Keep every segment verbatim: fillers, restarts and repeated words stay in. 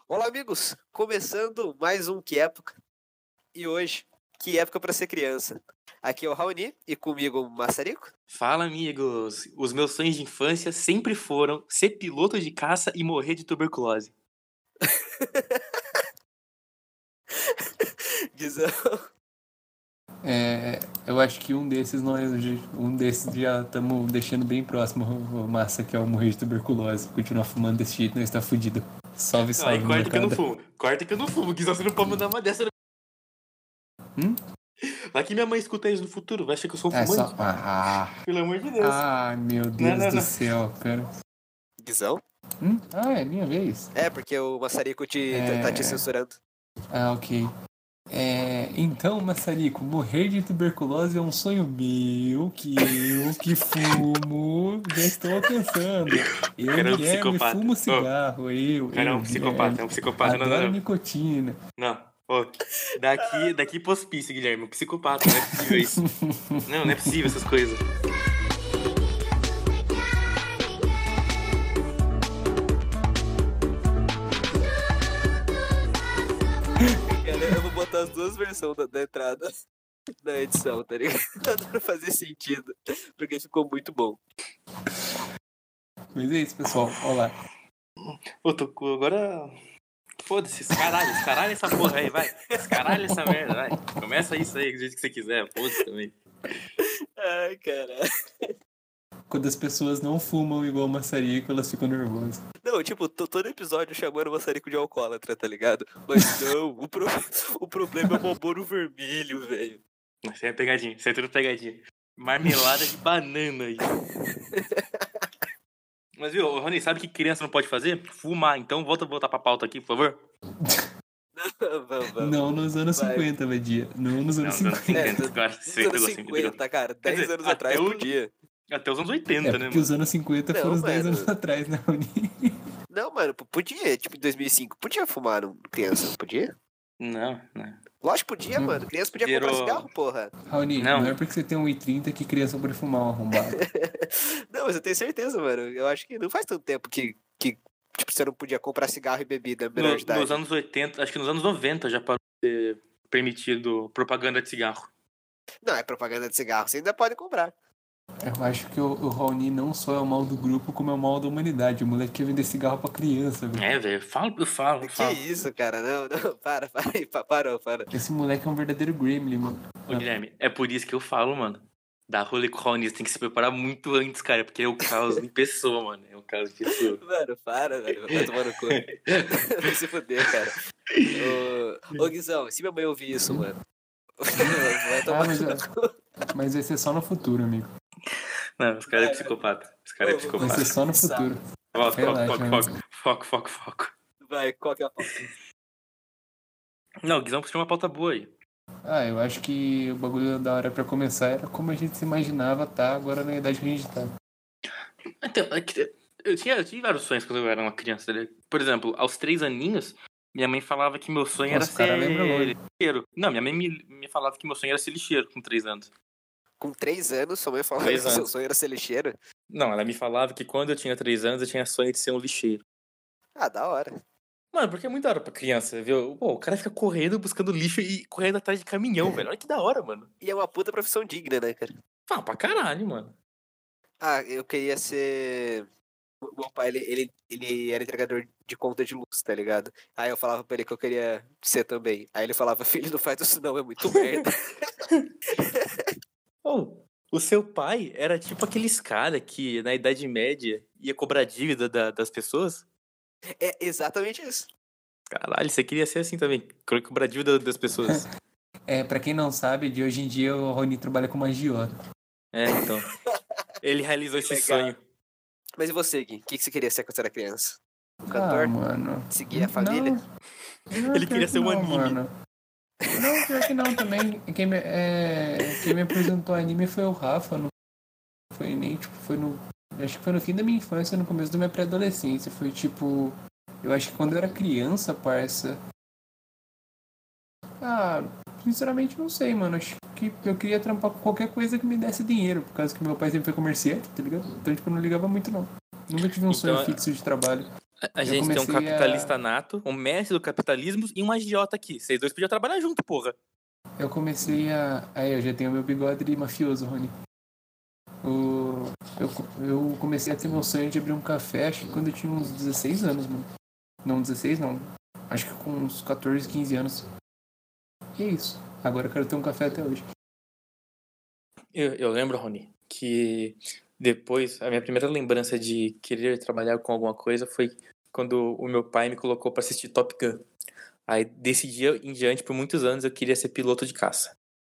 Olá, amigos! Começando mais um Que Época. E hoje, que época para ser criança. Aqui é o Raoni e comigo o Massarico. Fala, amigos! Os meus sonhos de infância sempre foram ser piloto de caça e morrer de tuberculose. Guizão. É, eu acho que um desses nós, um desses já estamos deixando bem próximo, o Massa, que é o morrer de tuberculose. Continuar fumando desse jeito, nós está fudido. Salve, salve, Aí, corta que eu não molecada. fumo. Corta que eu não fumo, Guizão, você não pode mandar uma dessa. Hum? Vai que minha mãe escuta isso no futuro, vai achar que eu sou um É fumante. só... Ah, Pelo amor de Deus. ah, meu Deus Não, não, do não. céu, cara. Guizão? Hum? Ah, é minha vez? É, porque o Massarico te, É. tá te censurando. Ah, ok. É, então, Massarico, morrer de tuberculose é um sonho meu, que eu que fumo, já estou alcançando. Eu, Cara, é um Guilherme, psicopata. fumo cigarro, eu, Cara, é um eu, psicopata, Guilherme, é um psicopata. Não, adoro não, não. nicotina. Não. Ô, daqui, daqui pro hospício, Guilherme. Um psicopata, não é possível isso. Não, não é possível essas coisas. Cara, eu vou botar as duas versões da, da entrada na edição, tá ligado? Pra fazer sentido, porque ficou muito bom. Mas é isso, pessoal, olá. Pô, tô com- agora... Foda-se, escaralha, escaralha essa porra aí, vai. Escaralha essa merda, vai. Começa isso aí do jeito que você quiser, foda-se também. Ai, caralho. Quando as pessoas não fumam igual o Massarico, elas ficam nervosas. Não, tipo, tô todo episódio chamando o Massarico de alcoólatra, tá ligado? Mas não, o, pro... o problema é o Marlboro vermelho, velho. Isso aí é pegadinha, isso aí é tudo pegadinha. Marmelada de banana aí. Mas viu, ô, Rony, sabe o que criança não pode fazer? Fumar, então volta a voltar pra pauta aqui, por favor. Vamos, vamos. Não nos anos Vai. cinquenta, Vadia. Não nos anos Não, nos anos cinquenta. cinquenta, agora. Nos cinquenta, anos cinquenta. cinquenta, cara, Quer dez dizer, anos até atrás o- podia. Até os anos oitenta, É né, porque mano? os anos cinquenta Não, foram os dez mano. anos atrás, né, Raoni? Não, mano, p- podia, tipo, em dois mil e cinco, podia fumar no criança, não podia? Não, não. Lógico que podia, Hum. mano, criança podia Virou- comprar cigarro, porra. Raoni, Não. não. é porque você tem um e trinta que criança pode fumar um arrombado. Não, mas eu tenho certeza, mano, eu acho que não faz tanto tempo que, que tipo, você não podia comprar cigarro e bebida menor No- de idade. nos anos oitenta, acho que nos anos noventa já parou de ser permitido propaganda de cigarro. Não, é propaganda de cigarro, você ainda pode comprar. Eu acho que o, o Raoni não só é o mal do grupo, como é o mal da humanidade. O moleque quer vender cigarro pra criança, velho. É, velho, fala, eu falo, eu Que falo. isso, cara, não, não, para, para aí, pa- parou, para. Esse moleque é um verdadeiro gremlin, mano. Ô, Guilherme, é por isso que eu falo, mano. Da rolê com o Raoni, você tem que se preparar muito antes, cara, porque é o caos em pessoa, mano. É o caos em pessoa. Mano, para, velho, vai tomar no cu. Vai se fuder, cara. Ô, ô Guizão, se minha mãe ouvir isso, mano, vai tomar Ah, mas, no é- cu. mas vai ser só no futuro, amigo. Não, os caras é Vai, psicopata. Os caras é Ô, Vai psicopata. ser só no Sabe. futuro. Foco, foco, Relaxa, foco, né? foco, foco, foco, foco. Vai, qual que é a pauta? Não, o Guizão puxou uma pauta boa aí. Ah, eu acho que o bagulho da hora pra começar era como a gente se imaginava tá agora na idade que a gente tá. Então, é que eu, tinha, eu tive vários sonhos quando eu era uma criança. Né? Por exemplo, aos três aninhos, minha mãe falava que meu sonho Nossa, era o cara ser lembra logo. lixeiro. Não, minha mãe me, me falava que meu sonho era ser lixeiro com três anos. Com três anos, sua mãe falava Três que seu anos. sonho era ser lixeiro? Não, ela me falava que quando eu tinha três anos eu tinha sonho de ser um lixeiro. Ah, da hora. Mano, porque é muito da hora pra criança, viu? Pô, o cara fica correndo, buscando lixo e correndo atrás de caminhão, velho. Olha que da hora, mano. E é uma puta profissão digna, né, cara? Ah, pra caralho, mano. Ah, eu queria ser... o Meu pai, ele, ele, ele era entregador de conta de luz, tá ligado? Aí eu falava pra ele que eu queria ser também. Aí ele falava, filho, não faz isso não, é muito merda. Oh, o seu pai era tipo aqueles cara que na Idade Média ia cobrar dívida da- das pessoas? É exatamente isso. Caralho, você queria ser assim também, co- cobrar dívida das pessoas. É, pra quem não sabe, de hoje em dia o Raoni trabalha como agiota. É, então. Ele realizou esse Legal. sonho. Mas e você, Gui? O que que você queria ser quando você era criança? Um Ah, cantor? mano. Seguir a família? Não, não, Ele pior queria que ser um não, anime. mano. Não, pior que não também. Quem me, é, quem me apresentou anime foi o Rafa. Não foi nem, tipo, foi no. Acho que foi no fim da minha infância, no começo da minha pré-adolescência. Foi tipo. Eu acho que quando eu era criança, parça. Ah, sinceramente não sei, mano. Acho que eu queria trampar com qualquer coisa que me desse dinheiro, por causa que meu pai sempre foi comerciante, tá ligado? Então, tipo, eu não ligava muito, não. Nunca tive um Então, sonho é- fixo de trabalho. A, a Eu gente tem um comecei a- capitalista nato, um mestre do capitalismo e um agiota aqui. Vocês dois podiam trabalhar junto, porra. Eu comecei a. Aí eu já tenho meu bigode de mafioso, Rony. O... Eu, eu comecei a ter meu sonho de abrir um café, acho que quando eu tinha uns dezesseis anos, mano. Não, dezesseis não. Acho que com uns catorze, quinze anos. E é isso. Agora eu quero ter um café até hoje. Eu, eu lembro, Rony, que depois, a minha primeira lembrança de querer trabalhar com alguma coisa foi quando o meu pai me colocou pra assistir Top Gun. Aí, desse dia em diante, por muitos anos, eu queria ser piloto de caça.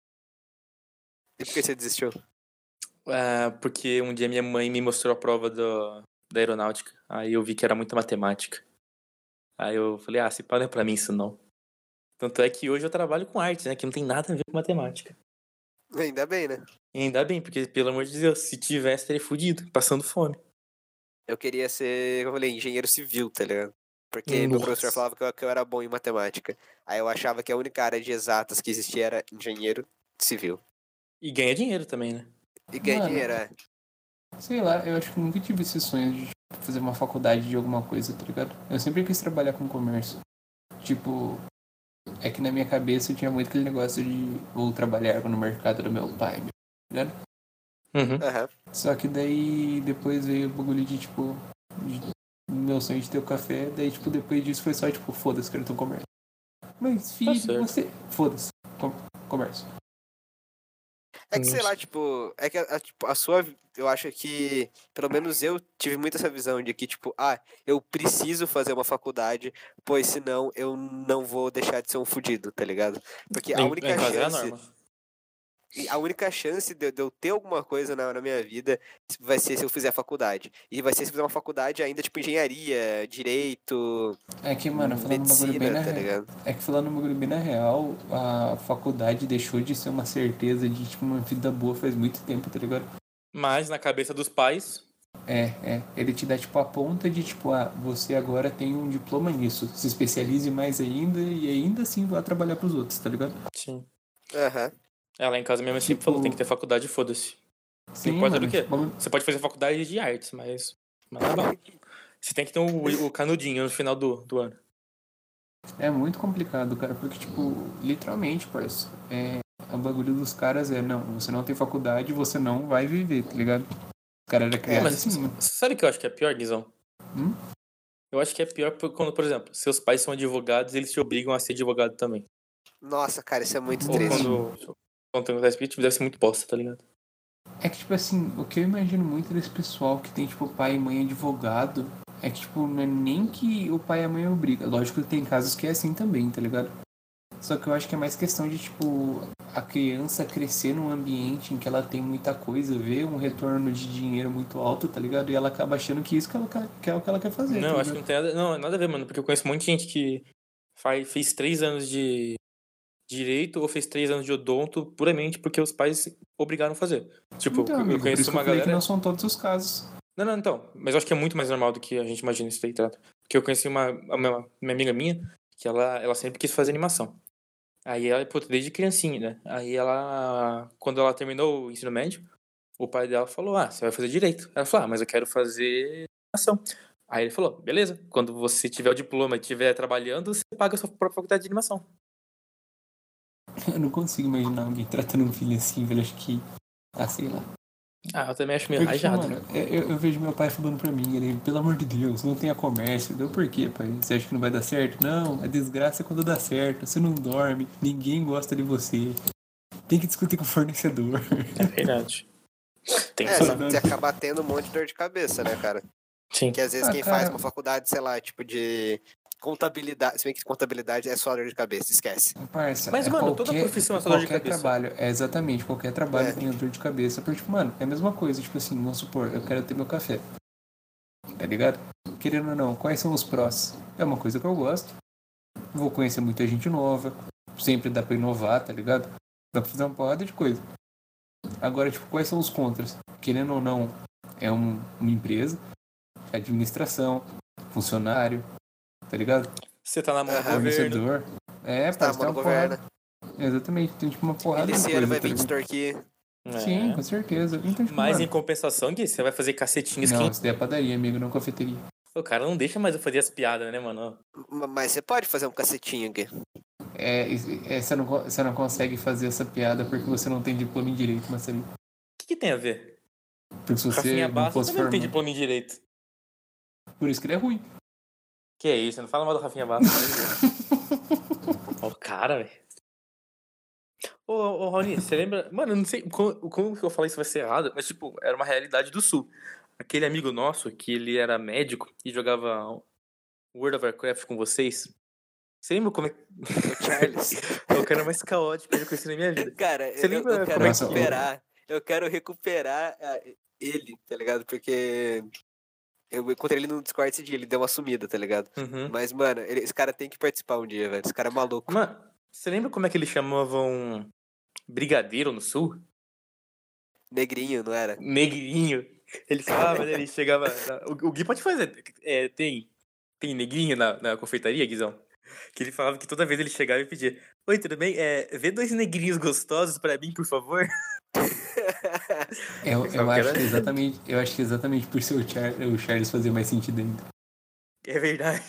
E por que você desistiu? Ah, porque um dia minha mãe me mostrou a prova do, da aeronáutica. Aí eu vi que era muita matemática. Aí eu falei, ah, se pá, não é pra mim isso não. Tanto é que hoje eu trabalho com arte, né? Que não tem nada a ver com matemática. Ainda bem, né? E ainda bem, porque, pelo amor de Deus, se tivesse, teria fudido, passando fome. Eu queria ser, como eu falei, engenheiro civil, tá ligado? Porque meu Nossa. professor falava que eu, que eu era bom em matemática. Aí eu achava que a única área de exatas que existia era engenheiro civil. E ganha dinheiro também, né? E ganha Mano. dinheiro, é. Sei lá, eu acho que nunca tive esse sonho de tipo, fazer uma faculdade de alguma coisa, tá ligado? Eu sempre quis trabalhar com comércio. Tipo, é que na minha cabeça eu tinha muito aquele negócio de vou trabalhar no mercado do meu pai, tá ligado? Uhum. Aham. Só que daí depois veio o bagulho de tipo. De, meu sonho de ter o café, daí tipo, depois disso foi só tipo, foda-se, quero ter um comércio. Mas filho, certo. você. Foda-se, com, comércio. É que, sei Nossa. lá, tipo, é que a, a- tipo, a sua, eu acho que, pelo menos eu tive muito essa visão de que, tipo, ah, eu preciso fazer uma faculdade, pois senão eu não vou deixar de ser um fudido, tá ligado? Porque a Em, única em casa é a chance, norma. e a única chance de, de eu ter alguma coisa na, na minha vida vai ser se eu fizer faculdade. E vai ser se eu fizer uma faculdade ainda, tipo, engenharia, direito, É que, mano, falando um bagulho bem medicina, na tá real. ligado? É que falando um bagulho bem na real, a faculdade deixou de ser uma certeza de tipo uma vida boa faz muito tempo, tá ligado? Mas na cabeça dos pais, É, é. Ele te dá tipo a ponta de tipo, ah, você agora tem um diploma nisso. Se especialize mais ainda e ainda assim vá trabalhar pros outros, tá ligado? sim. Aham. Ela em casa minha mãe sempre Tipo, falou, tem que ter faculdade, foda-se. Sim, Não importa mano, do quê. tipo, bagulho- Você pode fazer faculdade de artes, mas, mas não é bom. Você tem que ter o, o canudinho no final do, do ano. é muito complicado, cara, porque tipo, literalmente, parça, é, o bagulho dos caras é, não, você não tem faculdade, você não vai viver, tá ligado? O cara era É, criado mas assim, mano. sabe o que eu acho que é pior, Guizão? Hum? Eu acho que é pior por- quando, por exemplo, seus pais são advogados e eles te obrigam a ser advogado também. Nossa, cara, isso é muito Ou triste. quando, quando acontece isso, deve ser muito bosta, tá ligado? É que, tipo assim, o que eu imagino muito desse pessoal que tem, tipo, pai e mãe advogado é que, tipo, não é nem que o pai e a mãe obrigam. Lógico que tem casos que é assim também, tá ligado? Só que eu acho que é mais questão de, tipo, a criança crescer num ambiente em que ela tem muita coisa, ver um retorno de dinheiro muito alto, tá ligado? E ela acaba achando que isso que ela quer, que é o que ela quer fazer, Não, tá eu acho que ligado? não tem nada, não, nada a ver, mano, porque eu conheço um monte de gente que faz, fez três anos de direito ou fez três anos de odonto puramente porque os pais obrigaram a fazer. Tipo, Então, eu amigo, por conheço isso que uma eu falei que galera... não são todos os casos. Não, não, então. Mas eu acho que é muito mais normal do que a gente imagina isso daí, tá? Porque eu conheci uma, uma, uma amiga minha que ela, ela sempre quis fazer animação. Aí ela, pô, desde criancinha, né? Aí ela, quando ela terminou o ensino médio, o pai dela falou, ah, você vai fazer direito. Ela falou, ah, mas eu quero fazer animação. Aí ele falou, beleza, quando você tiver o diploma e estiver trabalhando, você paga a sua própria faculdade de animação. Eu não consigo imaginar alguém tratando um filho assim, velho. Acho que. Ah, sei lá. Ah, eu também acho meio Porque, tipo, rajado. mano, eu, eu vejo meu pai falando pra mim, ele, pelo amor de Deus, não tenha comércio. Deu por quê, pai? Você acha que não vai dar certo? Não, a desgraça é quando dá certo. Você não dorme, ninguém gosta de você. Tem que discutir com o fornecedor. É verdade. Tem que É, falar. você acaba tendo um monte de dor de cabeça, né, cara? Sim. Que às vezes Ah, quem cara. faz uma faculdade, sei lá, tipo de contabilidade, se bem que contabilidade é só dor de cabeça, esquece. Parça, Mas, é mano, qualquer, toda profissão é só dor de qualquer cabeça. trabalho. É exatamente, qualquer trabalho É. tem dor de cabeça. Porque, tipo, mano, é a mesma coisa. Tipo assim, vamos supor, eu quero ter meu café. Tá ligado? Querendo ou não, quais são os prós? É uma coisa que eu gosto. Vou conhecer muita gente nova. Sempre dá pra inovar, tá ligado? Dá pra fazer uma porrada de coisa. Agora, tipo, quais são os contras? Querendo ou não, é um, uma empresa, administração, funcionário, tá ligado? Você tá na mão do Aham. governo. Fornecedor. É, Tá, parece que tem mano, uma governa. porrada. Exatamente, tem tipo uma porrada de Miliciano coisa, vai tá vir te ligado? extorquir. É. Sim, com certeza. Então, tipo, Mas mano, em compensação, Gui, você vai fazer cacetinhos não, quem... isso daí é padaria, amigo, não cafeteria. O cara não deixa mais eu fazer as piadas, né, mano? Ma- Mas você pode fazer um cacetinho aqui. É, é, você, não, co- você não consegue fazer essa piada porque você não tem diploma em direito, Marcelinho. O que, que tem a ver? Porque se você Rafinha não Bastos fosse também não tem formado. diploma em direito. Por isso que ele é ruim. Que é isso? Não fala mal do Rafinha Bastos. Ó, o cara, velho. Ô, ô, Rony, você lembra? Mano, eu não sei como, como que eu falei isso vai ser errado, mas, tipo, era uma realidade do Sul. Aquele amigo nosso, que ele era médico e jogava World of Warcraft com vocês. Você lembra como é que... O Charles. É o cara mais caótico que eu conheci na minha vida. Cara, Você eu, lembra eu quero como é Nossa, que... recuperar. Eu quero recuperar ah, ele, tá ligado? Porque eu encontrei ele no Discord esse dia, ele deu uma sumida, tá ligado? Uhum. Mas, mano, ele- esse cara tem que participar um dia, velho. Esse cara é maluco. Mano, você lembra como é que eles chamavam brigadeiro no Sul? Negrinho, não era? Negrinho. Ele falava, né? Ele chegava... na- O, o Gui pode fazer. É, tem, tem negrinho na, na confeitaria, Guizão? Que ele falava que toda vez ele chegava e pedia: Oi, tudo bem? É, vê dois negrinhos gostosos pra mim, por favor. Eu, Pensava eu, que acho era- que exatamente, eu acho que exatamente por ser o, Char, o Charles fazer mais sentido ainda. É verdade.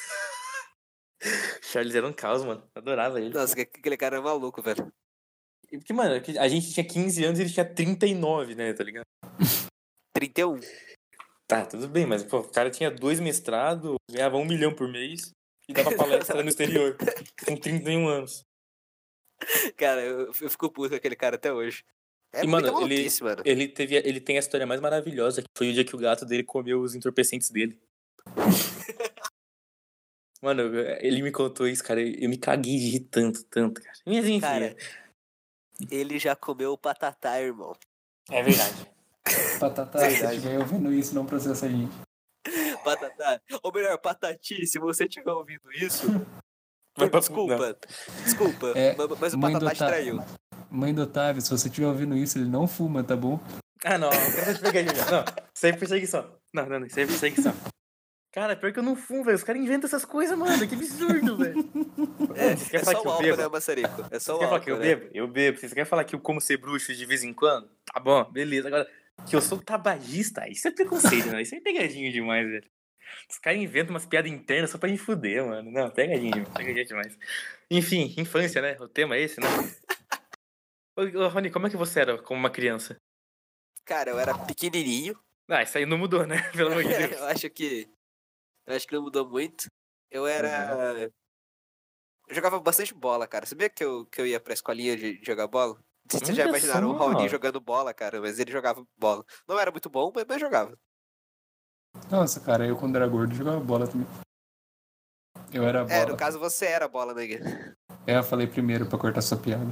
Charles era um caos, mano. Adorava ele. Nossa, que- aquele cara é maluco, velho. E porque, mano, que a gente tinha quinze anos e ele tinha trinta e nove, né? Tá ligado? trinta e um. Tá, tudo bem, mas pô, o cara tinha dois mestrados, ganhava um milhão por mês e dava palestra no exterior. Com trinta e um anos. Cara, eu, eu fico puto com aquele cara até hoje. É E, muita mano, ele, maluquice, mano. ele, teve, ele tem a história mais maravilhosa, que foi o dia que o gato dele comeu os entorpecentes dele. Mano, ele me contou isso, cara. Eu me caguei de rir tanto, tanto, cara. Mas enfim. Cara, ele já comeu o patatá, irmão. É verdade. Patatá, se Verdade. estiver ouvindo isso, não processa a gente. Patatá. Ou melhor, Patati, se você estiver ouvindo isso. Vai pra- Desculpa. Desculpa. É, ma- mas o mãe do Patatá te Otá- traiu. Mãe do Otávio, se você estiver ouvindo isso, ele não fuma, tá bom? Ah, não, eu quero te pegar, Juliano. Não, isso aí é perseguição. Não, não, não, isso aí é perseguição. Cara, pior que eu não fumo, velho. Os caras inventam essas coisas, mano. Que absurdo, velho. É, Você quer é falar só que o eu álcool, bebo? né, Maçarico? É Você só o quer falar álcool, que eu né? bebo? Eu bebo. Você quer falar que eu como ser bruxo de vez em quando? Tá bom, beleza. Agora, que eu sou tabagista, isso é preconceito, né? Isso é pegadinho demais, velho. Os caras inventam umas piadas internas só pra gente fuder, mano. Não, pegadinho, demais, pegadinho demais. Enfim, infância, né? O tema é esse, né? Ô, ô, Rony, como é que você era como uma criança? Cara, eu era pequenininho. Ah, isso aí não mudou, né? Pelo amor de Deus. eu acho que. Eu acho que não mudou muito. Eu era. Eu jogava bastante bola, cara. Sabia que eu, que eu ia pra escolinha de, de jogar bola? Não sei se vocês já Olha imaginaram o só. Raoni jogando bola, cara, mas ele jogava bola. Não era muito bom, mas, mas jogava. Nossa, cara, eu quando era gordo jogava bola também. Eu era bola. É, no caso você era bola, né, Gui? É, eu falei primeiro pra cortar sua piada.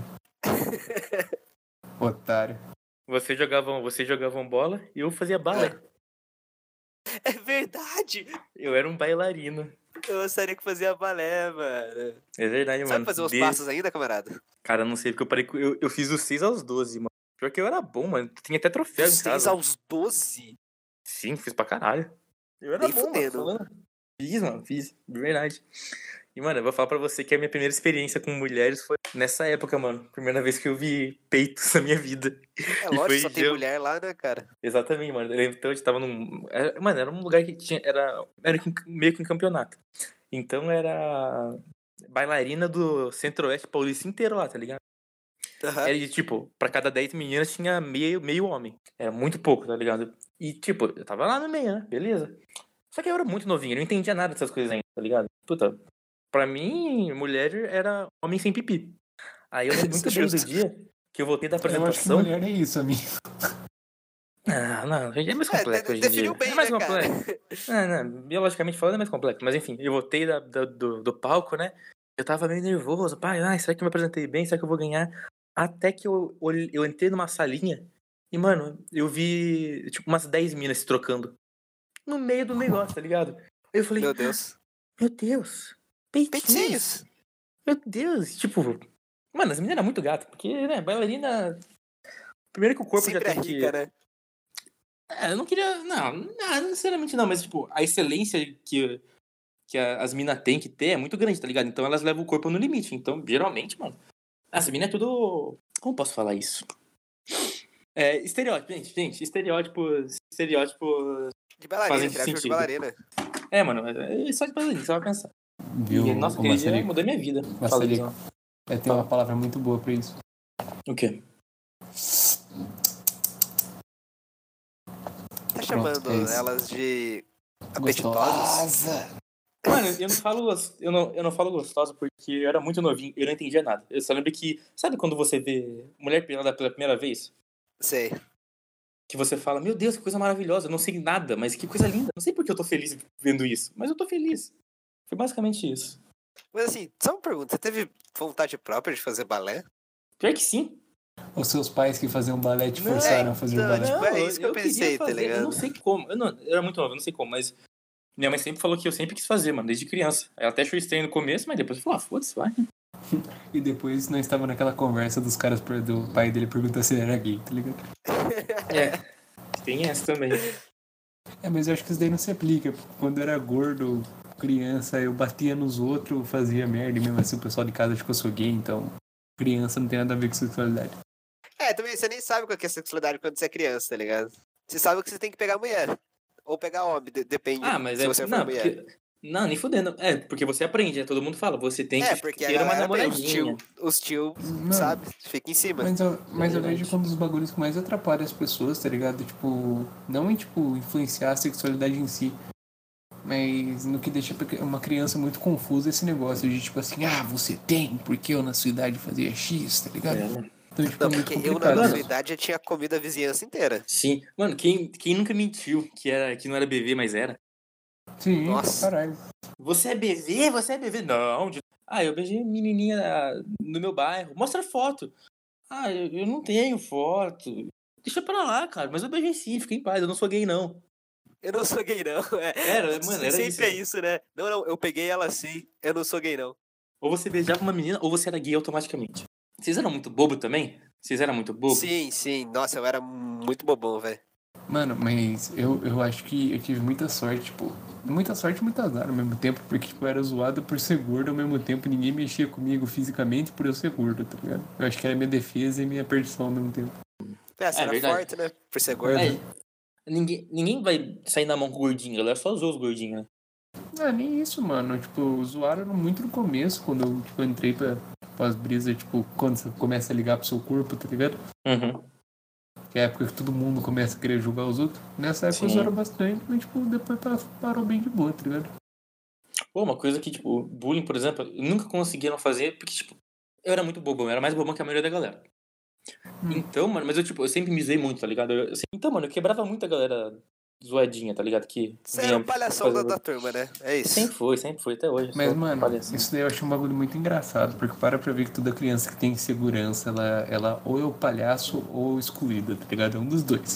Otário. Você jogava, você jogavam bola e eu fazia balé. É verdade! Eu era um bailarino. Eu gostaria que fazia balé, mano. É verdade, Sabe mano. fazer os De- passos ainda, camarada? Cara, eu não sei, porque eu parei com... Eu, eu fiz os seis aos doze, mano. Pior que eu era bom, mano. Tinha até troféu em Seis casa. aos doze? Sim, fiz pra caralho. Eu era Nem bom, mano. fudendo. Falando. Fiz, mano, fiz. De verdade. E, mano, eu vou falar pra você que a minha primeira experiência com mulheres foi nessa época, mano. Primeira vez que eu vi peitos na minha vida. É E lógico, foi só tem já- mulher lá, né, cara? Exatamente, mano. Eu lembro que eu tava num. era- Mano, era um lugar que tinha. Era, era que- meio que um campeonato. Então era bailarina do Centro-Oeste Paulista inteiro lá, tá ligado? Aham. Era de, tipo, pra cada dez meninas tinha meio, meio homem. Era muito pouco, tá ligado? E, tipo, eu tava lá no meio, né? Beleza. Só que eu era muito novinho, eu não entendia nada dessas coisas ainda, tá ligado? Puta, pra mim, mulher era homem sem pipi. Aí eu lembro muito bem do Justo. dia que eu voltei da Eu acho que apresentação. mulher é isso, amigo. Ah, não, é mais É, complexo de- hoje em dia. definiu bem, é mais né, cara? complexo. Ah, não, biologicamente falando é mais complexo. Mas enfim, eu voltei da, da- do, do palco, né? Eu tava meio nervoso. Pai, ai, será que eu me apresentei bem? Será que eu vou ganhar? Até que eu, olhei- eu entrei numa salinha e, mano, eu vi tipo umas dez minas se trocando. No meio do negócio, tá ligado? Aí eu falei, Meu Deus. meu Deus, peitinhos. Peitinhos. Meu Deus, tipo... Mano, as meninas eram muito gatas, porque, né, bailarina... Primeiro que o corpo Sempre já é tem que... rica, né? É, eu não queria. Não, não, não necessariamente não, mas, tipo, a excelência que, que a- as minas têm que ter é muito grande, tá ligado? Então elas levam o corpo no limite. Então, geralmente, mano. As minas é tudo. Como posso falar isso? É, estereótipo, gente, gente, estereótipos. Estereótipos. De bailarina, Fazem estereótipo de sentido. bailarina. É, mano, é só de fazer isso, você vai pensar. Viu? E, nossa, o aquele dia Marcelico? mudou minha vida. Fala, Marcelico. Guizão. É, tem uma palavra muito boa pra isso. O quê? Tá chamando é isso. elas de apetitosas? Gostosa. Mano, eu não falo gos- eu não, eu não falo gostosa porque eu era muito novinho, eu não entendia nada. Eu só lembro que, sabe quando você vê mulher pelada pela primeira vez? Sei. Que você fala, meu Deus, que coisa maravilhosa, eu não sei nada, mas que coisa linda. Não sei por que eu tô feliz vendo isso, mas eu tô feliz. Foi basicamente isso. Mas assim, só uma pergunta, você teve vontade própria de fazer balé? Pior que sim. Os seus pais que faziam balé te Não, forçaram é, a fazer então, balé. tipo, é isso que eu queria pensei, tá fazer, ligado? Eu não sei como. Eu, não, eu era muito novo, eu não sei como, mas minha mãe sempre falou que eu sempre quis fazer, mano, desde criança. Ela até achou estranho no começo, mas depois falou, ah, foda-se, vai. E depois nós estávamos naquela conversa dos caras per- do pai dele perguntar se ele era gay, tá ligado? É, tem essa também. É, mas eu acho que isso daí não se aplica. Quando eu era gordo, criança, eu batia nos outros, fazia merda, e mesmo assim o pessoal de casa achou que eu sou gay, então criança não tem nada a ver com sexualidade. É, também você nem sabe o que é sexualidade quando você é criança, tá ligado? Você sabe que você tem que pegar mulher. Ou pegar homem, de- depende Ah, mas se é. você for Não, mulher. porque. Não, nem fudendo. É, porque você aprende, né? Todo mundo fala, você tem É, que porque a ter uma galera tem os namoradinha. tio, os tio, Não. sabe? Fica em cima. Mas eu, mas eu verdade. vejo quando os bagulhos que mais atrapalham as pessoas, tá ligado? Tipo, não em, tipo, influenciar a sexualidade em si, mas no que deixa uma criança muito confusa esse negócio de, tipo assim, ah, você tem, porque eu na sua idade fazia X, tá ligado? É, mano. Então, tipo, Não, é muito porque eu, na, complicado. na Mano. sua idade, já tinha comido a vizinhança inteira. Sim. Mano, quem, quem nunca mentiu que, era, que não era bebê, mas era? Sim, Nossa. caralho. Você é bebê? Você é bebê? Não. de- Ah, eu beijei menininha no meu bairro. Mostra foto. Ah, eu, eu não tenho foto. Deixa pra lá, cara. Mas eu beijei sim, fica em paz. Eu não sou gay, não. Eu não sou gay, não. É. Era, mano, era Sempre isso. é isso, né? Não, não, eu peguei ela assim, eu não sou gay, não. Ou você beijava uma menina, ou você era gay automaticamente. Vocês eram muito bobo também? Vocês eram muito bobo? Sim, sim. Nossa, eu era muito bobão, velho. Mano, mas eu, eu acho que eu tive muita sorte, tipo, muita sorte e muito azar ao mesmo tempo, porque tipo, eu era zoado por ser gordo ao mesmo tempo, ninguém mexia comigo fisicamente por eu ser gordo, tá ligado? Eu acho que era minha defesa e minha perdição ao mesmo tempo. É, você É era verdade. forte, né? Por ser gordo. É, ninguém, ninguém vai sair na mão com o gordinho, galera só zoou os gordinhos, né? Ah, nem isso, mano. Tipo, zoaram muito no começo, quando eu tipo, entrei pra, pra as brisas, tipo, quando você começa a ligar pro seu corpo, tá ligado? Uhum. Que é a época que todo mundo começa a querer julgar os outros. Nessa época Sim. zoaram bastante, mas tipo, depois parou bem de boa, tá ligado? Pô, uma coisa que, tipo, bullying, por exemplo, eu nunca conseguiram fazer, porque, tipo, eu era muito bobão, eu era mais bobão que a maioria da galera. Hum. Então, mano, mas eu, tipo, eu sempre me zoei muito, tá ligado? Eu, eu sempre- então, mano, eu quebrava muito a galera zoadinha, tá ligado? Que Você era o vinha palhação da, fazer- da turma, né? É isso. Sempre foi, sempre foi, até hoje. eu Mas, sou mano, palhacinho. isso daí eu acho um bagulho muito engraçado, porque para pra ver que toda criança que tem insegurança, ela, ela ou é o palhaço ou excluída, tá ligado? É um dos dois.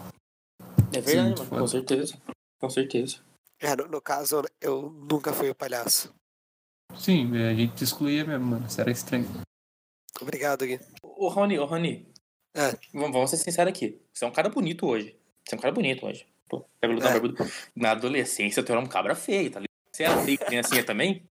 É verdade, muito mano, foda. com certeza. Com certeza. É, no, no caso, eu nunca fui o palhaço. Sim, a gente te excluía mesmo, mano. Isso era estranho. Obrigado, Gui. Ô, Rony, ô, Rony, É, vamos, vamos ser sinceros aqui. Você é um cara bonito hoje. Você é um cara bonito hoje. Pô, cabelo É. barbudo. Na adolescência, tu era um cabra feio, tá ligado? Você era feio criancinha também?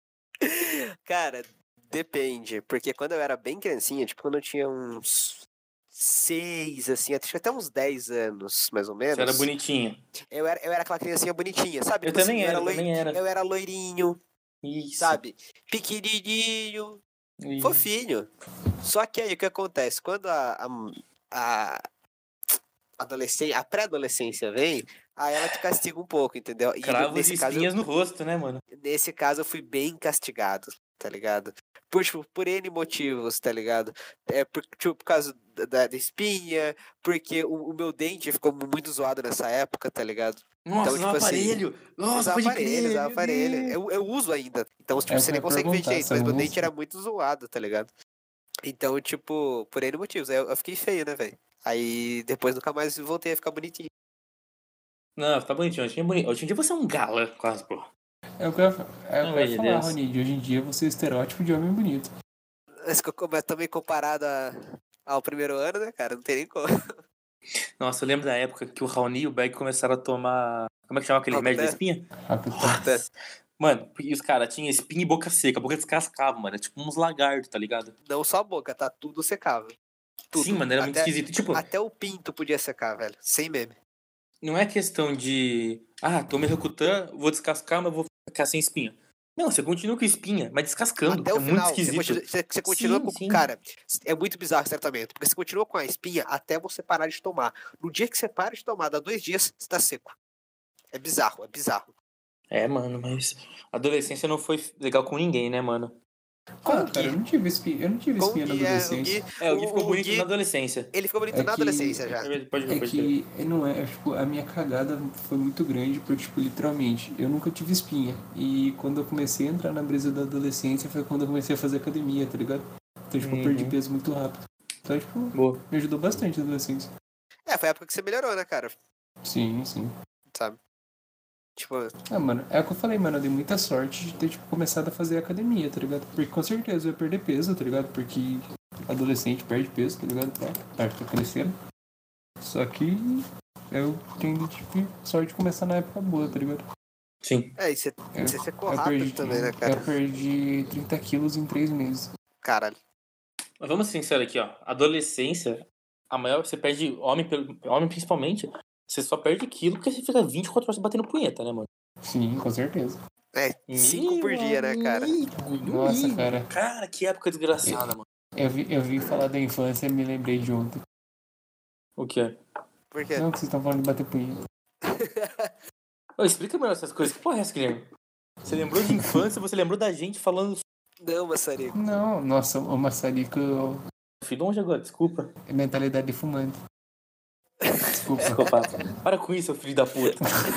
cara, depende. Porque quando eu era bem criancinha, tipo, quando eu tinha uns seis, assim, acho que até uns dez anos, mais ou menos. Você era bonitinho. Eu era, eu era aquela criancinha bonitinha, sabe? Eu Tipo assim, também era, eu loi- também era. Eu era loirinho, Isso. sabe? Pequenininho, Isso. fofinho. Só que aí o que acontece? Quando a, a, a adolescência, a pré-adolescência vem, aí ela te castiga um pouco, entendeu? E Cravos nesse e caso, espinhas no rosto, né, mano? nesse caso eu fui bem castigado, tá ligado? Por, tipo, por N motivos, tá ligado? É por, tipo, por causa da, da espinha, porque o, o meu dente ficou muito zoado nessa época, tá ligado? Nossa, Então, usava tipo assim, aparelho. Nossa, usava pode aparelho, crer. usava meu aparelho. Deus. Eu, eu uso ainda. Então, tipo, É, você nem eu ia consegue ver perguntar, jeito, você mas meu usa? dente era muito zoado, tá ligado? Então, tipo, por N motivos. Aí eu, eu fiquei feio, né, velho? Aí depois nunca mais voltei a ficar bonitinho. Não, tá bonitinho. Hoje em dia, boni- hoje em dia você é um gala, quase, pô. É o que eu, é o Não, que eu ia meu falar, Deus. Rony. De hoje em dia você é o estereótipo de homem bonito. Mas, co- mas também comparado a, ao primeiro ano, né, cara? Não tem nem como. Nossa, eu lembro da época que o Raoni e o Beck começaram a tomar... Como é que chama aquele remédio da Rock'n'Roll? espinha? Rápido. Nossa. Mano, e os caras tinham espinha e boca seca. A boca descascava, mano. É tipo uns lagartos, tá ligado? Não só a boca, tá? Tudo secava. Tudo. Sim, mano, era muito Até- esquisito. Tipo, Até o pinto podia secar, velho. Sem meme. não é questão de... Ah, tomei Rokutan, vou descascar, mas vou ficar sem espinha. Não, você continua com espinha, mas descascando. Até é o muito final, você esquisito. continua, você, você continua Sim, com... sim. Cara, é muito bizarro esse tratamento, porque você continua com a espinha até você parar de tomar. No dia que você para de tomar, dá dois dias, você tá seco. É bizarro, é bizarro. É, mano, mas a adolescência não foi legal com ninguém, né, mano? Com Ah, o cara, eu Gui. não tive espinha, eu não tive Com o espinha na Gui, é, o adolescência. Gui, É, o Gui ficou o, o bonito Gui, na adolescência. ele ficou bonito É na que- adolescência já. Pode ver, É pode que não é, tipo, a minha cagada foi muito grande, porque, tipo, literalmente, eu nunca tive espinha. E quando eu comecei a entrar na brisa da adolescência foi quando eu comecei a fazer academia, tá ligado? Então, tipo, eu perdi Uhum. peso muito rápido. Então, tipo, Boa. me ajudou bastante a adolescência. É, foi a época que você melhorou, né, cara? Sim, sim. Sabe? Tipo, Ah, mano, é o que eu falei, mano, eu dei muita sorte de ter, tipo, começado a fazer academia, tá ligado? Porque com certeza eu ia perder peso, tá ligado? Porque adolescente perde peso, tá ligado? Tá, tá, tá crescendo. Só que eu tenho, tipo, sorte de começar na época boa, tá ligado? Sim. é, e você, Eu, você secou eu rápido perdi, também, né, cara? eu perdi trinta quilos em três meses. Caralho. Mas vamos ser sinceros aqui, ó. Adolescência, a maior, você perde, homem, pelo- homem principalmente, você só perde quilo porque você fica vinte e quatro horas batendo punheta, né, mano? Sim, com certeza. É, cinco por dia, né, cara? Amigo, Nossa, amigo. cara. Cara, que época desgraçada, mano. Eu vi, eu vi falar da infância e me lembrei de ontem. O que é? Por quê? Não, que vocês estão falando de bater punheta. Ô, explica melhor essas coisas. Que porra é essa, Guilherme? Você lembrou de infância, você lembrou da gente falando... Não, maçarico. Não, nossa, o maçarico Fui longe agora, desculpa. é mentalidade de fumante. Desculpa. Psicopata. Para com isso, seu filho da puta.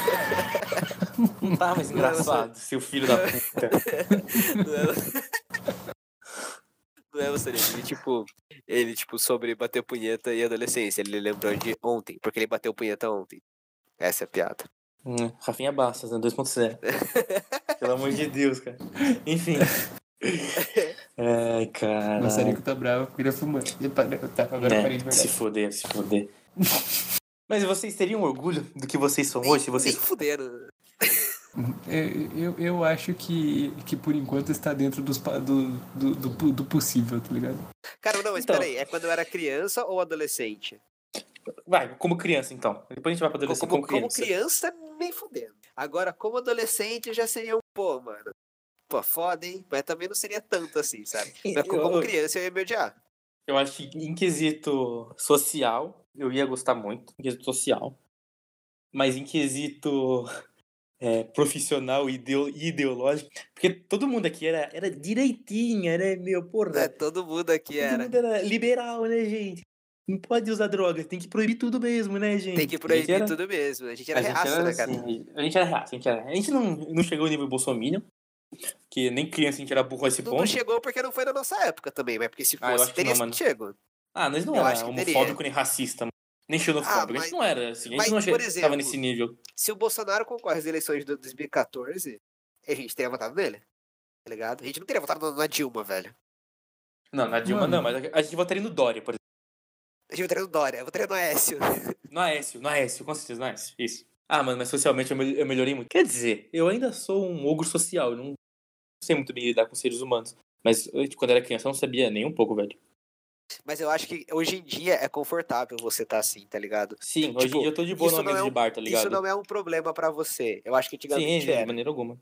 Não tá mais engraçado, seu filho da puta. Não é, não é maçarico. Ele, tipo, ele, tipo, sobre bater punheta e adolescência. Ele lembrou de ontem, porque ele bateu punheta ontem. Essa é a piada. Hum, Rafinha Bastos, né? dois ponto zero. Pelo amor de Deus, cara. Enfim. Ai, cara. O maçarico tá bravo porque ele é fumante. Ele para- Tá, agora eu parei de É, se verdade. foder, se foder. Mas vocês teriam orgulho do que vocês são hoje? Se vocês... Nem fuderam. É, eu, eu acho que, que por enquanto está dentro dos, pa- do, do, do, do possível, tá ligado? Cara, não, mas Então. peraí. É quando eu era criança ou adolescente? Vai, como criança, então. Depois a gente vai pra adolescente Como, como, como criança. criança, nem fudendo. Agora, como adolescente, já seria um pô, mano. Pô, foda, hein? Mas também não seria tanto assim, sabe? Mas como Eu- criança, eu ia me odiar. Eu acho que em quesito social, eu ia gostar muito, em quesito social. Mas em quesito é, profissional e ideo- e ideológico, porque todo mundo aqui era, era direitinho, era meu, porra. É, todo mundo aqui todo era. mundo era liberal, né, gente? Não pode usar drogas, tem que proibir tudo mesmo, né, gente? Tem que A gente proibir era- tudo mesmo. A gente era a gente reaça, era né, cara? assim, a gente era reaça, a gente, era, a gente não, não chegou ao nível bolsominion, que nem criança a gente era burro a esse Não, ponto. não chegou porque não foi na nossa época também, mas porque se Ah, eu fosse, acho que teria não, mano. chego. Ah, nós não Eu era acho que homofóbico teria. nem racista, mano. Nem xenofóbico. Ah, a mas- gente não era assim. A gente mas, não por che- exemplo, tava nesse nível. Se o Bolsonaro concorre às eleições de dois mil e quatorze, a gente teria votado nele. Tá ligado? A gente não teria votado na Dilma, velho. Não, na Dilma Mano. não, mas a gente votaria no Dória, por exemplo. A gente votaria no Dória, eu votaria no Aécio. No Aécio, no Aécio, com certeza, no Aécio. Isso. Ah, mano, mas socialmente eu, me- eu melhorei muito. Quer dizer, eu ainda sou um ogro social, eu não sei muito bem lidar com seres humanos. Mas eu, quando era criança eu não sabia nem um pouco, velho. Mas eu acho que hoje em dia é confortável você tá assim, tá ligado? Sim, hoje Tipo, em dia eu tô de boa isso numa não mesa é um- de bar, tá ligado? Isso não é um problema pra você. Eu acho que Sim, antigamente de era. maneira alguma.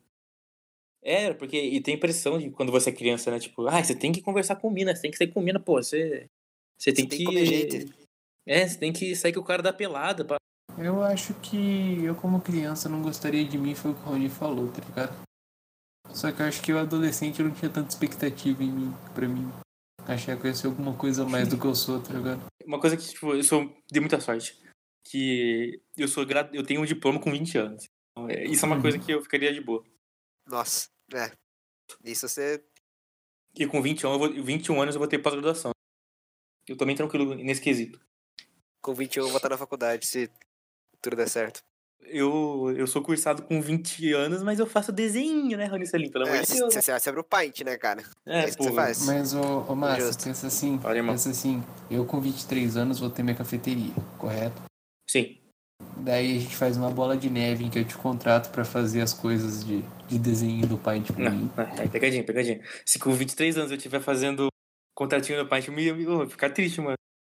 É, porque e tem pressão de quando você é criança, né? Tipo, ah, você tem que conversar com mina, você tem que sair com mina, pô, você. Você tem, Você tem que. que comer gente. É, você tem que sair com o cara da pelada. Pá. Eu acho que eu, como criança, não gostaria de mim, foi o que o Rony falou, tá ligado? Só que eu acho que eu, adolescente, eu não tinha tanta expectativa em mim, pra mim. Achei que eu ia ser alguma coisa a mais do que eu sou, tá ligado? Uma coisa que, tipo, eu sou de muita sorte. Que eu sou gra... eu tenho um diploma com vinte anos. Então, é- isso é uma Uhum. coisa que eu ficaria de boa. Nossa, é. Isso você. E com vinte e um, eu vou... vinte e um anos eu vou ter pós-graduação. Eu tô bem tranquilo nesse quesito. Com vinte e um eu vou estar na faculdade, se tudo der certo. Eu, eu sou cursado com vinte anos, mas eu faço desenho, né, Rony Salim? Pelo amor É, de você Deus. você abre o Paint, né, cara? É, é isso que você pô. faz. Mas, ô, ô Márcio, Justo. pensa assim, Olha, irmão. pensa assim, eu com vinte e três anos vou ter minha cafeteria, correto? Sim. Daí a gente faz uma bola de neve em que eu te contrato pra fazer as coisas de, de desenho do Paint pra mim. Não, não, é pegadinha, pegadinha. Se com vinte e três anos eu estiver fazendo contratinho no Paint, eu me- eu vou ficar triste, mano.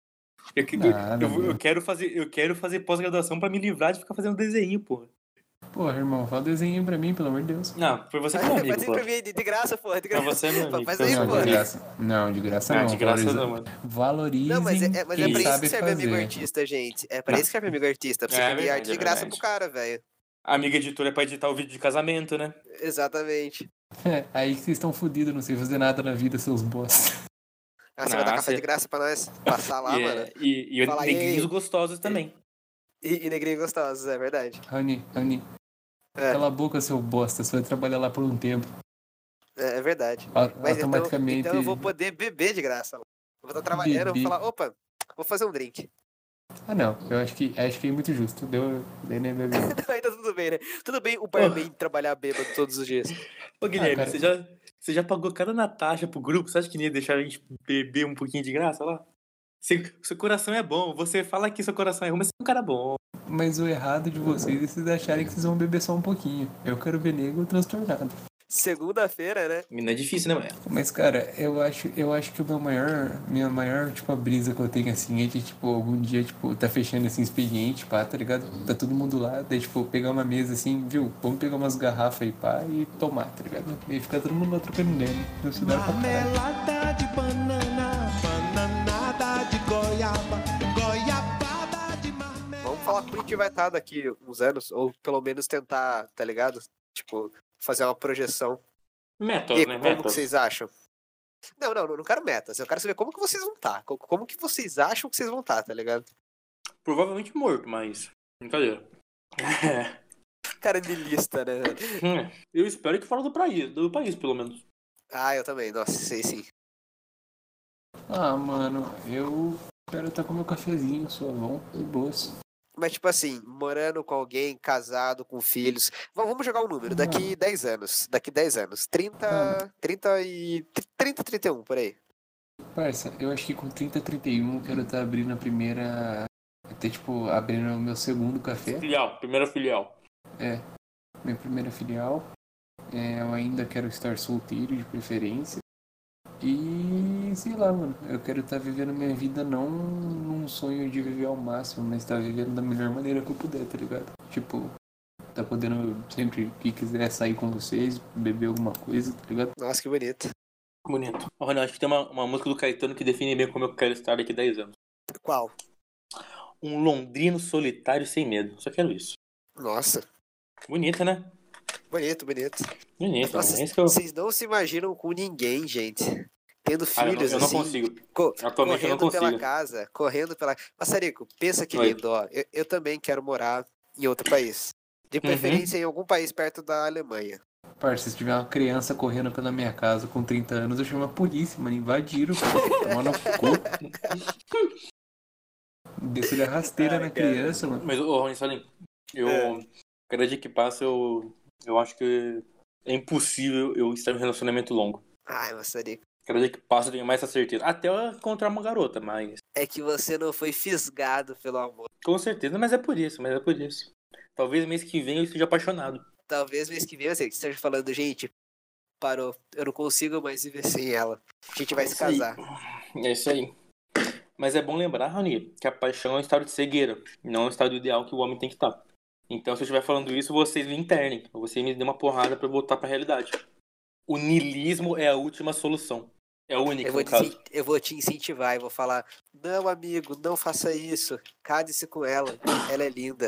Eu, que- Nada, eu, eu mano. quero fazer, eu quero fazer pós-graduação pra me livrar de ficar fazendo desenho, porra. Porra, irmão, fala desenho pra mim, pelo amor de Deus. Não, foi você que é meu amigo, Faz aí pra pô. mim, de, de graça, porra, de Pra graça. você é meu amigo. Faz pra aí, você é Não, meu de porra. amigo. graça. Não, de graça Ah, não. de graça Valoriza- não, mano. Valorizem Não, mas é, é- mas é quem pra isso sabe que serve amigo fazer. artista, gente. É pra Não. isso que serve amigo artista. Pra você É vender verdade, arte de é graça verdade. pro cara, velho. A amiga editora é pra editar o vídeo de casamento, né? Exatamente. É, aí que vocês estão fodidos, não sei fazer nada na vida, seus bosta. Ah, você vai dar Nossa, café de é- graça pra nós? Passar lá, E, mano. é- e, e Fala aí. negrinhos gostosos também. E, e negrinho gostosos, é verdade. Rani, Rani, É, cala a boca, seu bosta. Você vai trabalhar lá por um tempo. é, é verdade. A- Mas então, automaticamente. então eu vou poder beber de graça. Mano. Eu vou estar trabalhando, eu vou Beber. falar, opa, vou fazer um drink. Ah, não. Eu acho que, acho que é muito justo. Deu, deu nem beber. Aí tá tudo bem, né? Tudo bem o barman trabalhar bêbado todos os dias. Ô, Guilherme, cara. você, já, você já pagou cada Natasha pro grupo? Você acha que nem ia deixar a gente beber um pouquinho de graça lá? Seu, seu coração é bom. Você fala que seu coração é ruim, mas você é um cara bom. Mas o errado de vocês é vocês acharem que vocês vão beber só um pouquinho. Eu quero ver nego transtornado. Segunda-feira, né? Não é difícil, né, mano? Mas, cara, eu acho, eu acho que o meu maior, minha maior, tipo, a brisa que eu tenho, assim, é de, tipo, algum dia, tipo, tá fechando, assim, expediente, pá, tá ligado? Tá todo mundo lá, daí, tipo, pegar uma mesa, assim, viu? Vamos pegar umas garrafas aí, pá, e tomar, tá ligado? E ficar todo mundo lá trocando ideia, né? Isso dá pra caralho. Marmelada de banana, bananada de goiaba, goiabada de marmelada. Vamos falar como a gente vai estar daqui uns anos, ou pelo menos tentar, tá ligado? Tipo, fazer uma projeção. Metas, E né? como que Metas. vocês acham? Não, não, não quero metas. Eu quero saber como que vocês vão estar. Co- Como que vocês acham que vocês vão estar, tá ligado? Provavelmente morto, mas... Brincadeira. Cara de lista, né? velho? Hum, eu espero que fora do país, do país, pelo menos. Ah, eu também. Nossa, sei sim. Ah, mano, eu quero estar com meu cafezinho, suavão, de boas. Mas, tipo assim, morando com alguém, casado, com filhos. V- Vamos jogar um número. Daqui dez anos. Daqui dez anos. trinta, trinta e. trinta, trinta e um, por aí. Parça, eu acho que com trinta, trinta e um eu quero estar abrindo a primeira... Até, tipo, abrindo o meu segundo café. Filial, primeira filial. É, minha primeira filial. É, eu ainda quero estar solteiro, de preferência. E sei lá, mano, eu quero estar vivendo minha vida não num sonho de viver ao máximo, mas estar vivendo da melhor maneira que eu puder, tá ligado? Tipo, tá podendo sempre que quiser sair com vocês, beber alguma coisa, tá ligado? Nossa, que bonito. Bonito. Ô, Renan, acho que tem uma, uma música do Caetano que define bem como eu quero estar daqui a dez anos. Qual? Um londrino solitário sem medo. Só quero isso. Nossa. Bonita, né? Bonito, bonito. Bonita, Nossa, é isso que eu... vocês não se imaginam com ninguém, gente. Tendo Ah, eu não, filhos, eu não assim. consigo. co- Atualmente eu não correndo pela consigo. casa, correndo pela. Massarico, pensa que Oi. lindo, ó. Eu, eu também quero morar em outro país. De preferência em algum país perto da Alemanha. Parça, se tiver uma criança correndo pela minha casa com trinta anos, eu chamo a polícia, mano, invadiram, cara. Tomando cu. Desço de rasteira Ai, na cara. criança, mano. Mas, ô, Rony Salim, eu... É. Cada dia que passa, eu... Eu acho que é impossível eu estar em um relacionamento longo. Ai, Massarico. Cada dia que passa, eu tenho mais essa certeza. Até eu encontrar uma garota, mas... É que você não foi fisgado pelo amor. Com certeza, mas é por isso, mas é por isso. Talvez mês que vem eu esteja apaixonado. Talvez mês que vem você esteja falando, gente, parou. Eu não consigo mais viver sem ela. A gente vai se Isso aí. casar. É isso aí. Mas é bom lembrar, Raoni, que a paixão é um estado de cegueira, não é um estado ideal que o homem tem que estar. Então, se eu estiver falando isso, vocês me internem. Vocês me dêem uma porrada pra eu voltar pra realidade. O niilismo é a última solução. É a única, Eu vou, no caso. te, eu vou te incentivar e vou falar: não, amigo, não faça isso. Case-se com ela. Ela é linda.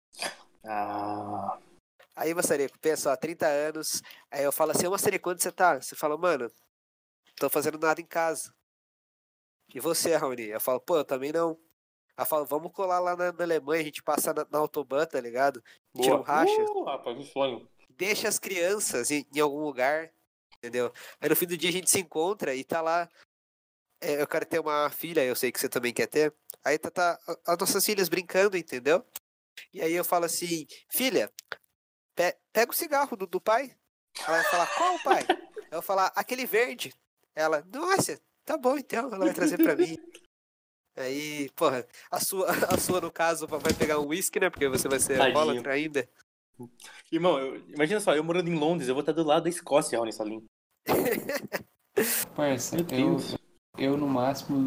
Ah... Aí, Massarico, pensa, ó, trinta anos. Aí eu falo assim: ô Massarico, onde você tá? Você fala, mano, tô fazendo nada em casa. E você, Raoni? Eu falo, pô, eu também não. Ela fala, vamos colar lá na, na Alemanha, a gente passa na, na Autobahn, tá ligado? Tira um Boa. racha. Uh, rapaz, que sonho. Deixa as crianças em, em algum lugar, entendeu? Aí no fim do dia a gente se encontra e tá lá. É, eu quero ter uma filha, eu sei que você também quer ter. Aí tá, tá a- as nossas filhas brincando, entendeu? E aí eu falo assim, filha, pe- pega o cigarro do, do pai. Ela vai falar, qual pai? Eu vou falar, aquele verde. Ela, nossa, tá bom então, ela vai trazer pra mim. Aí, porra, a sua, a sua no caso vai pegar um whisky, né? Porque você vai ser Tadinho. alcoólatra ainda. Irmão, eu- imagina só, eu morando em Londres, eu vou estar do lado da Escócia, Raoni Salim. Parça, Meu eu, Deus. eu no máximo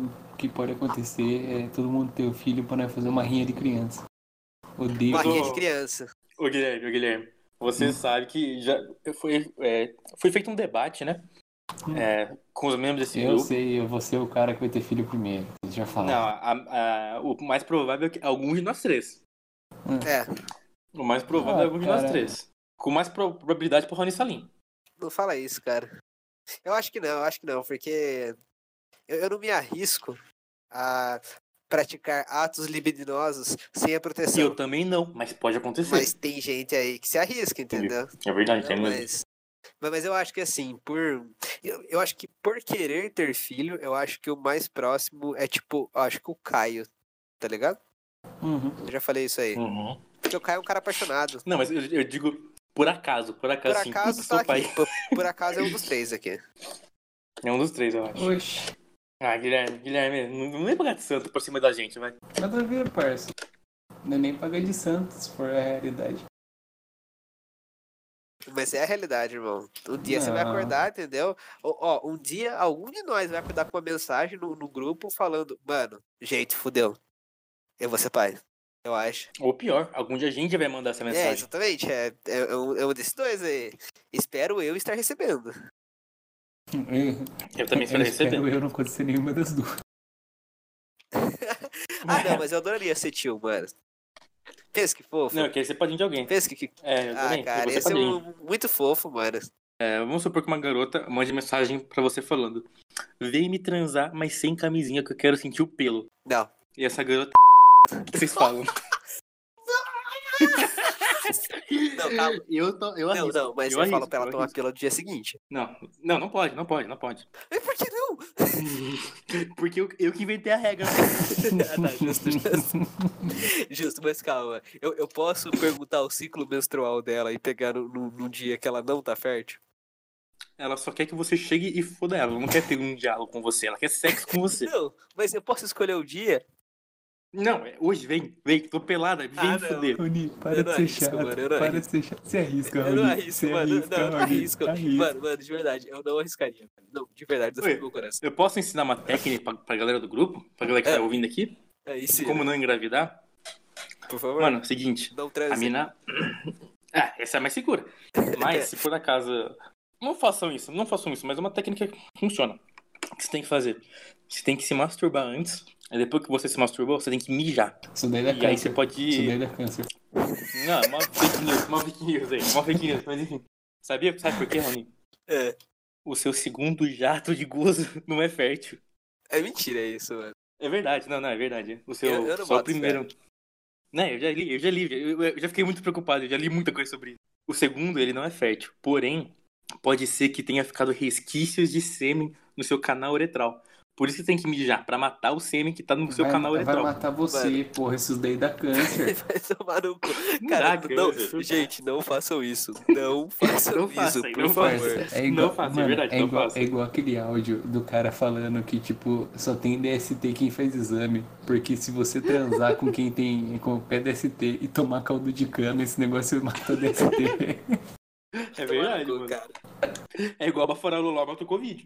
que pode acontecer é todo mundo ter o filho pra nós fazer uma rinha de criança. Odeio. Uma rinha de Ô, criança. ô Guilherme, ô Guilherme, você Hum. sabe que já foi, é, foi feito um debate, né? Hum. É, com os membros desse Eu grupo. sei, eu vou ser o cara que vai ter filho primeiro. Você já falou. Não, a- a- o mais provável é que alguns de nós três. É, O mais provável Ah, é alguns de nós cara. três. Com mais pro- probabilidade pro Rony Salim. não fala isso, cara. Eu acho que não, eu acho que não, porque eu, eu não me arrisco a praticar atos libidinosos sem a proteção. Eu também não, mas pode acontecer. Mas tem gente aí que se arrisca, entendeu? É verdade, Não, tem mesmo. mas, mas, mas eu acho que assim, por. Eu, eu acho que por querer ter filho, eu acho que o mais próximo é tipo, eu acho que o Caio, tá ligado? Uhum. Eu já falei isso aí. Uhum. Porque o Caio é um cara apaixonado. Não, mas eu, eu digo por acaso, por acaso, Por assim, acaso putz, tá sou pai. aqui. Por, por acaso é um dos três aqui. É um dos três, eu acho. Oxi, Ah, Guilherme, Guilherme, não, não vem pagar de santo por cima da gente, vai. nada a ver, parça. Não é nem pagar de santo, se for a realidade. Mas é a realidade, irmão. Um dia você vai Não. acordar, entendeu? Ó, ó, um dia algum de nós vai acordar com uma mensagem no, no grupo falando, mano, gente, fudeu. Eu vou ser pai. Eu acho. Ou pior, algum dia a gente vai mandar essa É, mensagem. exatamente. É, é, é um, é um desses dois aí. Espero eu estar recebendo. Eu, Eu também eu espero espero receber. eu não acontecer nenhuma das duas. Ah, não, mas eu adoraria ser tio, mano. Pensa que fofo. Não, eu queria ser padrinho de alguém. Pensa que. que- É, eu Ah, também. cara, eu vou ser esse é padrinho. um, muito fofo, mano. É, vamos supor que uma garota mande mensagem pra você falando: vem me transar, mas sem camisinha, que eu quero sentir o pelo. Não. E essa garota. O que vocês falam? Não, calma. Eu, tô, eu Não, arrisco. não, mas eu eu, falo arrisco, pra ela eu tomar arrisco. pílula no dia seguinte. Não, não, não pode, não pode, não pode. Mas por que não? Porque eu, eu que inventei a regra. Ah, tá, justo, justo. Justo, mas calma. Eu, eu posso perguntar o ciclo menstrual dela e pegar no, no, num dia que ela não tá fértil? Ela só quer que você chegue e foda ela. Ela não quer ter um diálogo com você, ela quer sexo com você. Não, mas eu posso escolher o dia? Não, é hoje, vem, vem, tô pelada, vem Ah, me não. foder. Rony, para Eu de não ser arrisco, chato. mano, eu não Para de arrisco. ser chato. Você arrisca, Eu Rony. não arrisco, Você mano. arrisca, Não, eu não Rony. arrisco. Arrisca. Mano, mano, de verdade, eu não arriscaria. Não, de verdade, do Oi. fundo do meu coração. Eu posso ensinar uma técnica pra, pra galera do grupo? Pra galera que É. tá ouvindo aqui? Aí sim, Como não engravidar? por favor. Mano, seguinte. não A transe. mina. Ah, essa é mais segura. Mas se por acaso. Não façam isso, não façam isso, mas é uma técnica que funciona. O que você tem que fazer? Você tem que se masturbar antes. Aí depois que você se masturbou, você tem que mijar. Isso daí dá E aí câncer. você pode. Isso daí dá câncer. Não, uma fake news, uma fake news aí, uma fake news, mas enfim. Sabia? Sabe por quê, Rony? É. O seu segundo jato de gozo não é fértil. É mentira isso, mano. É verdade, não, não, é verdade. O seu, Eu- eu não só o boto primeiro. Né, eu já li, eu já li, eu, eu já fiquei muito preocupado, eu já li muita coisa sobre isso. O segundo, ele não é fértil, porém, pode ser que tenha ficado resquícios de sêmen no seu canal uretral. Por isso que você tem que mijar, pra matar o sêmen que tá no seu vai, canal vai uretral. matar você, porra. Isso daí dá câncer. Vai tomar no cu. Não Cara, dá não, câncer. gente, não façam isso. Não façam Não isso, façam, por não favor. Parça, é igual, Não faça, é mano, verdade, é não igual, faça. é igual aquele áudio do cara falando que, tipo, só tem D S T quem faz exame. Porque se você transar com quem tem com o pé D S T e tomar caldo de cana, esse negócio mata o D S T. É Tomar verdade, no cu, mano. cara. É igual baforar o Loló mata o Covid.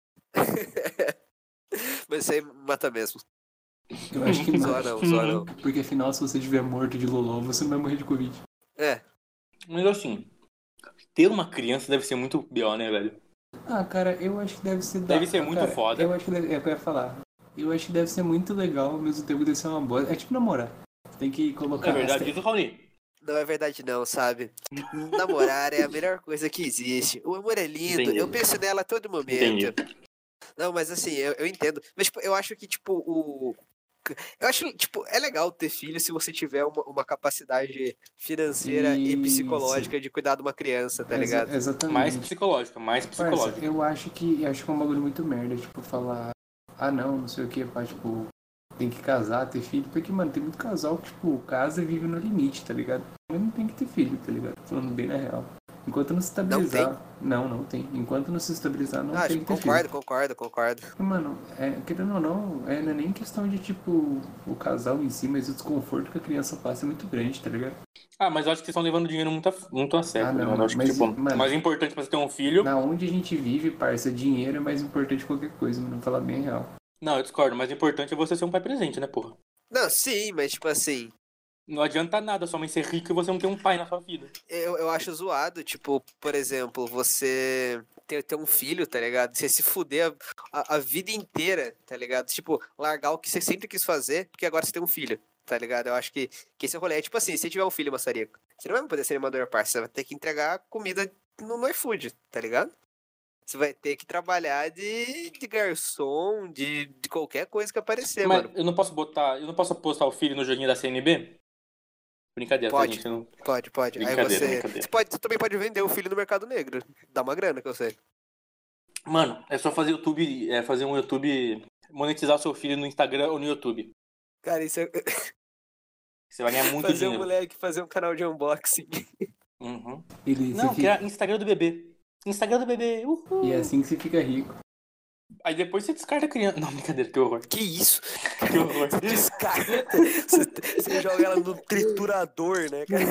Mas isso aí mata mesmo. Eu acho que Zoa não. não, zoa não. Porque afinal, se você estiver morto de loló, você não vai morrer de Covid. É, Mas assim, ter uma criança deve ser muito B O, né, velho? Ah, cara, eu acho que deve ser... Deve da- ser muito cara, foda. Eu acho que deve... É o que eu ia falar. Eu acho que deve ser muito legal, ao mesmo tempo deve ser uma bosta. É tipo namorar. Tem que colocar... É verdade isso, Raoni? não é verdade não, sabe? Namorar é a melhor coisa que existe. O amor é lindo, Entendi. eu penso nela a todo momento. Entendi. Não, mas assim, eu, eu entendo. Mas tipo, eu acho que, tipo, o. Eu acho, tipo, é legal ter filho se você tiver uma, uma capacidade financeira e Isso. psicológica de cuidar de uma criança, tá ligado? Exa- exatamente. Mais psicológica, mais Parça, psicológica. eu acho que eu acho que é um bagulho muito merda, tipo, falar, ah não, não sei o que, pá, tipo, tem que casar, ter filho, porque, mano, tem muito casal que, tipo, casa e vive no limite, tá ligado? Mas não tem que ter filho, tá ligado? Falando bem na real. Enquanto não se estabilizar. Não, não, não tem. Enquanto não se estabilizar, não Ah, tem tipo, que ter concordo, filho. concordo, concordo. Mano, é, querendo ou não, é, não é nem questão de, tipo, o casal em si, mas o desconforto que a criança passa é muito grande, tá ligado? Ah, mas eu acho que vocês estão levando dinheiro muito a, muito a sério. Ah, não, né? Eu acho mas, que, tipo, mano- o mais importante pra você ter um filho. Na onde a gente vive, parça, dinheiro é mais importante que qualquer coisa, mano, falar bem a real. Não, eu discordo, mas o importante é você ser um pai presente, né, porra? Não, sim, mas tipo assim, Não adianta nada sua mãe ser rica e você não ter um pai na sua vida. eu, eu acho zoado, tipo, por exemplo, você ter, ter um filho, tá ligado? Você se fuder a, a, a vida inteira, tá ligado? Tipo, largar o que você sempre quis fazer, porque agora você tem um filho, tá ligado? Eu acho que, que esse é o rolê. É tipo assim, se tiver um filho, maçarico, você não vai poder ser animador parça, você vai ter que entregar comida no, no iFood, tá ligado? Você vai ter que trabalhar de, de garçom, de, de qualquer coisa que aparecer, Mas mano. eu não posso botar, eu não posso apostar o filho no joguinho da C N B? Brincadeira, tá, Pode. gente? Eu não... Pode, pode. Aí Brincadeira, você. brincadeira. Você, pode, você também pode vender o filho no mercado negro. Dá uma grana, que eu sei. Mano, é só fazer YouTube, é fazer um YouTube, monetizar o seu filho no Instagram ou no YouTube. Cara, isso é. Você vai ganhar muito fazer um dinheiro. moleque fazer um canal de unboxing. Uhum. Ele, Não, você criar fica... Instagram do bebê. Instagram do bebê, uhul. E é assim que você fica rico. Aí depois você descarta a criança. Não, brincadeira, que horror. Que isso? Que horror. Descarta. Você, você joga ela no triturador, né, cara?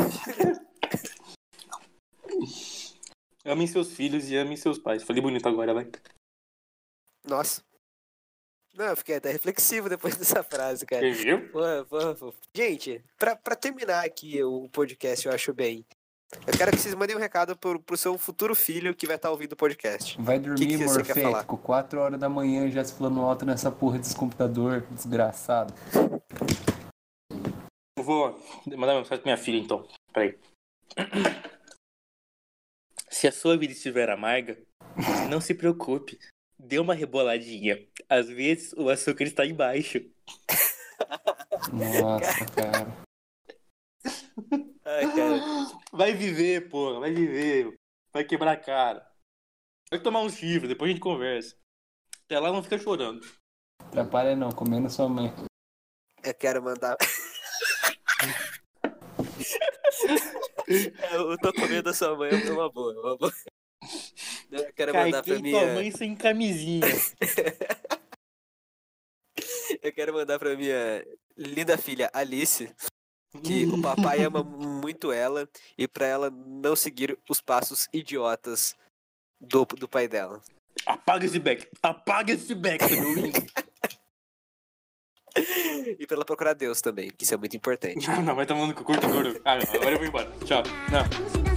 Amem seus filhos e amem seus pais. Falei bonito agora, vai. Nossa. Não, eu fiquei até reflexivo depois dessa frase, cara. Você viu? Pô, pô, pô. Gente, pra, pra terminar aqui o podcast, eu acho bem. Eu quero que vocês mandem um recado pro, pro seu futuro filho que vai estar ouvindo o podcast. Vai Que dormir, que você quer falar? morfético, quatro horas da manhã já se falando alto nessa porra desse computador, desgraçado. Eu vou mandar uma mensagem pra minha filha, então. Peraí. Se a sua vida estiver amarga, não se preocupe. Dê uma reboladinha. Às vezes o açúcar está embaixo. Nossa, cara. Ai, cara. Vai viver, porra. Vai viver. Vai quebrar a cara. Vai tomar um chifre, depois a gente conversa. Até lá não fica chorando. Atrapalha não, comendo sua mãe. Eu quero mandar. Eu tô comendo a sua mãe, é uma boa, é uma boa. Eu quero mandar pra Cai minha. tua mãe sem camisinha. Eu quero mandar pra minha linda filha Alice que o papai ama muito ela e pra ela não seguir os passos idiotas do, do pai dela. Apaga esse back. Apaga esse back, meu lindo. E pra ela procurar Deus também, que isso é muito importante. Não, não, vai tomando com o curto duro. Ah, não, agora eu vou embora. Tchau. Não.